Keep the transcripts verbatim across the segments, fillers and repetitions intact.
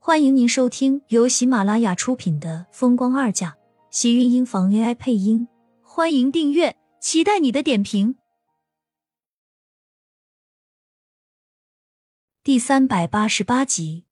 欢迎您收听由喜马拉雅出品的《风光二嫁》，喜运音房 A I 配音。欢迎订阅，期待你的点评。第三百八十八集，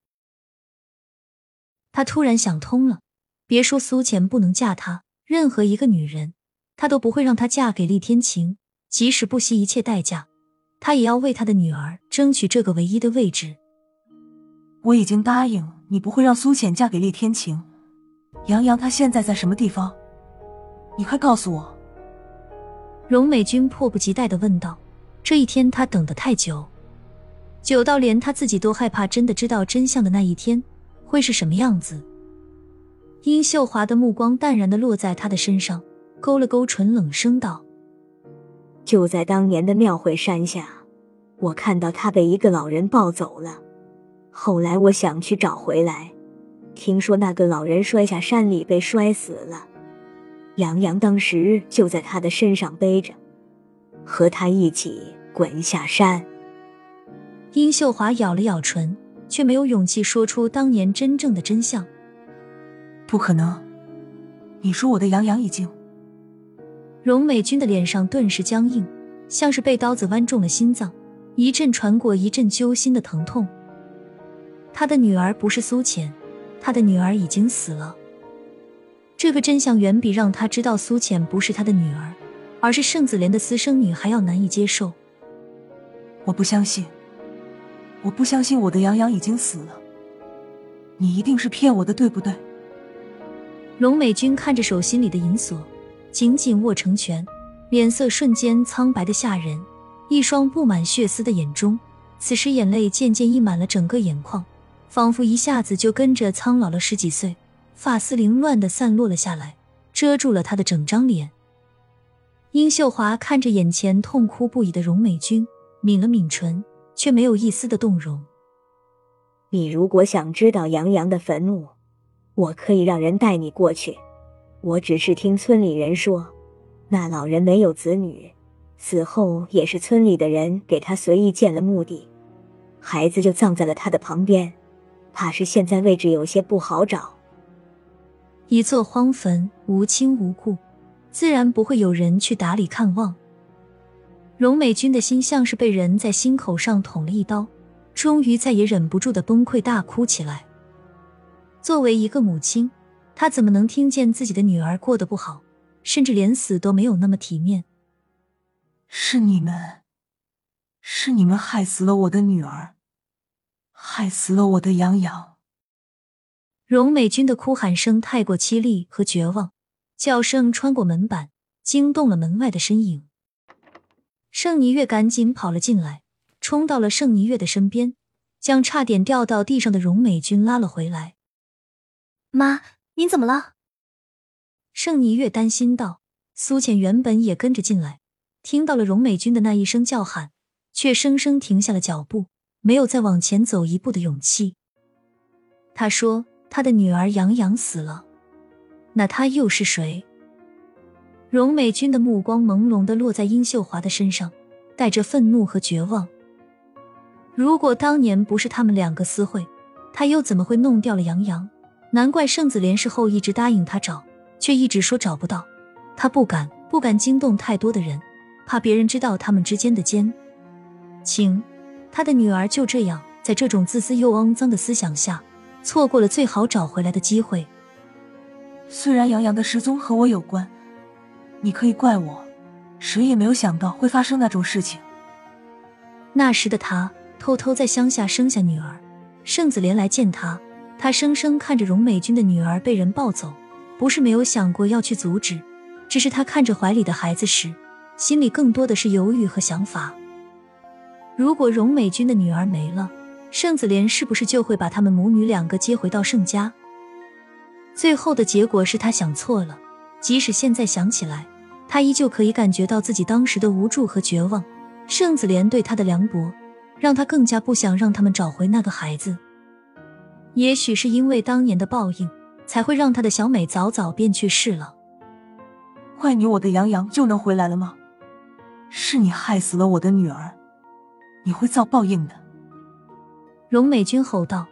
他突然想通了，别说苏浅不能嫁他，任何一个女人，他都不会让她嫁给厉天晴，即使不惜一切代价，他也要为他的女儿争取这个唯一的位置。 我已经答应你不会让苏浅嫁给厉天晴。杨洋他现在在什么地方？你快告诉我。 荣美君迫不及待地问道，这一天他等得太久，久到连他自己都害怕真的知道真相的那一天会是什么样子。殷秀华的目光淡然地落在他的身上，勾了勾唇，冷声道， 就在当年的庙会山下，我看到他被一个老人抱走了，后来我想去找回来，听说那个老人摔下山里被摔死了，杨洋当时就在他的身上背着，和他一起滚下山。 殷秀华咬了咬唇，却没有勇气说出当年真正的真相。 不可能，你说我的杨洋已经…… 荣美君的脸上顿时僵硬，像是被刀子剜中了心脏，一阵传过一阵揪心的疼痛。他的女儿不是苏浅，他的女儿已经死了。这个真相远比让他知道苏浅不是他的女儿，而是盛子莲的私生女还要难以接受。 我不相信，我不相信我的杨洋已经死了，你一定是骗我的，对不对？ 荣美君看着手心里的银锁，紧紧握成拳，脸色瞬间苍白的吓人，一双布满血丝的眼中，此时眼泪渐渐溢满了整个眼眶，仿佛一下子就跟着苍老了十几岁，发丝凌乱地散落了下来，遮住了他的整张脸。殷秀华看着眼前痛哭不已的荣美君，抿了抿唇，却没有一丝的动容。 你如果想知道杨洋的坟墓，我可以让人带你过去。我只是听村里人说，那老人没有子女，死后也是村里的人给他随意建了墓地，孩子就葬在了他的旁边，怕是现在位置有些不好找。 一座荒坟，无亲无故，自然不会有人去打理看望。荣美君的心像是被人在心口上捅了一刀，终于再也忍不住地崩溃大哭起来。作为一个母亲，她怎么能听见自己的女儿过得不好，甚至连死都没有那么体面？ 是你们，是你们害死了我的女儿，害死了我的杨洋。 荣美君的哭喊声太过凄厉和绝望，叫声穿过门板，惊动了门外的身影。盛霓月赶紧跑了进来，冲到了盛霓月的身边，将差点掉到地上的荣美君拉了回来。 妈，您怎么了？ 盛霓月担心道。苏浅原本也跟着进来，听到了荣美君的那一声叫喊，却生生停下了脚步，没有再往前走一步的勇气。他说他的女儿杨洋死了，那他又是谁？荣美君的目光朦胧地落在殷秀华的身上，带着愤怒和绝望。如果当年不是他们两个私会，他又怎么会弄掉了杨洋？难怪盛子莲事后一直答应他找，却一直说找不到。他不敢不敢惊动太多的人，怕别人知道他们之间的奸情。他的女儿就这样在这种自私又肮脏的思想下，错过了最好找回来的机会。 虽然杨洋的失踪和我有关，你可以怪我，谁也没有想到会发生那种事情。 那时的他偷偷在乡下生下女儿，盛子莲来见他，他生生看着荣美君的女儿被人抱走，不是没有想过要去阻止，只是他看着怀里的孩子时，心里更多的是犹豫和想法。如果荣美君的女儿没了，盛子莲是不是就会把他们母女两个接回到盛家？最后的结果是他想错了，即使现在想起来，他依旧可以感觉到自己当时的无助和绝望。盛子莲对他的凉薄，让他更加不想让他们找回那个孩子。也许是因为当年的报应，才会让他的小美早早便去世了。 怪你我的杨洋就能回来了吗？是你害死了我的女儿，你会遭报应的。 荣美君吼道，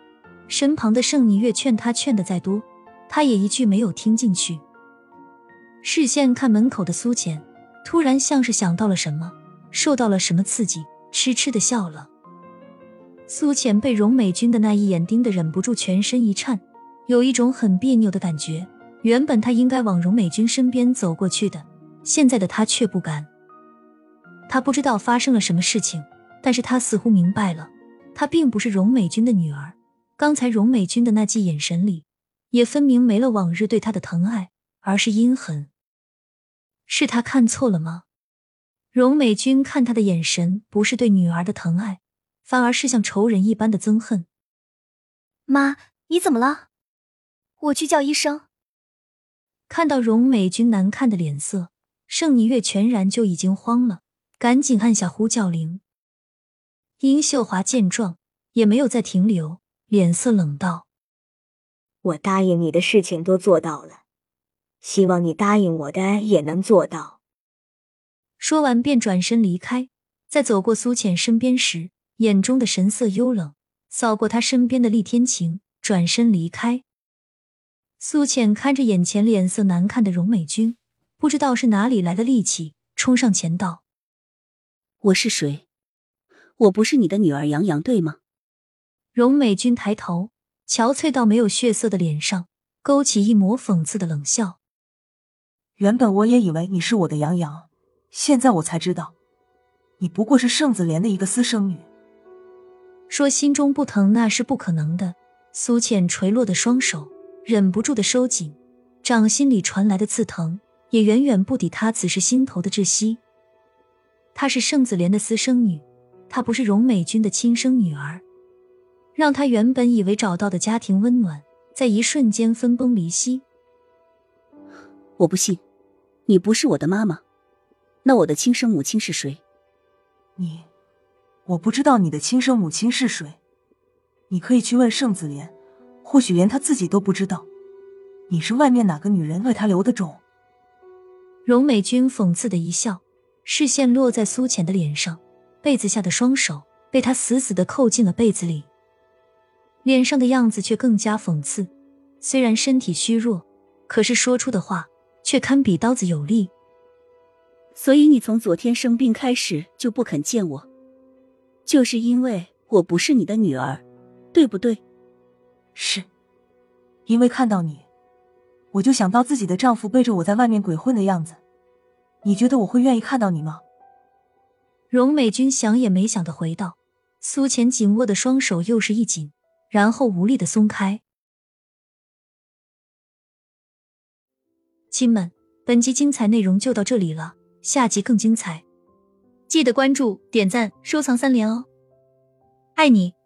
身旁的盛霓月劝他劝得再多，他也一句没有听进去。视线看门口的苏浅，突然像是想到了什么，受到了什么刺激，痴痴地笑了。苏浅被荣美君的那一眼盯得忍不住全身一颤，有一种很别扭的感觉。原本他应该往荣美君身边走过去的，现在的他却不敢。他不知道发生了什么事情，但是他似乎明白了，她并不是荣美君的女儿。刚才荣美君的那记眼神里，也分明没了往日对她的疼爱，而是阴狠。是他看错了吗？荣美君看他的眼神不是对女儿的疼爱，反而是像仇人一般的憎恨。 妈，你怎么了？我去叫医生。 看到荣美君难看的脸色，盛霓月全然就已经慌了，赶紧按下呼叫铃。殷秀华见状也没有再停留，脸色冷道： 我答应你的事情都做到了，希望你答应我的也能做到。 说完便转身离开，在走过苏浅身边时，眼中的神色幽冷，扫过他身边的厉天晴，转身离开。苏浅看着眼前脸色难看的荣美君，不知道是哪里来的力气，冲上前道： 我是谁？我不是你的女儿杨洋，对吗？ 荣美君抬头，憔悴到没有血色的脸上勾起一抹讽刺的冷笑。 原本我也以为你是我的杨洋，现在我才知道，你不过是盛子莲的一个私生女。 说心中不疼那是不可能的，苏浅垂落的双手忍不住的收紧，掌心里传来的刺疼也远远不抵他此时心头的窒息。她是盛子莲的私生女，她不是荣美君的亲生女儿，让她原本以为找到的家庭温暖，在一瞬间分崩离析。 我不信，你不是我的妈妈，那我的亲生母亲是谁？ 你，我不知道你的亲生母亲是谁，你可以去问盛子莲，或许连她自己都不知道，你是外面哪个女人为她留的种。 荣美君讽刺的一笑，视线落在苏浅的脸上，被子下的双手被她死死地扣进了被子里，脸上的样子却更加讽刺。虽然身体虚弱，可是说出的话却堪比刀子有力。 所以你从昨天生病开始就不肯见我，就是因为我不是你的女儿，对不对？ 是，因为看到你，我就想到自己的丈夫背着我在外面鬼混的样子，你觉得我会愿意看到你吗？ 荣美君想也没想地回道。苏浅紧握的双手又是一紧，然后无力地松开。亲们，本集精彩内容就到这里了，下集更精彩，记得关注、点赞、收藏三连哦！爱你。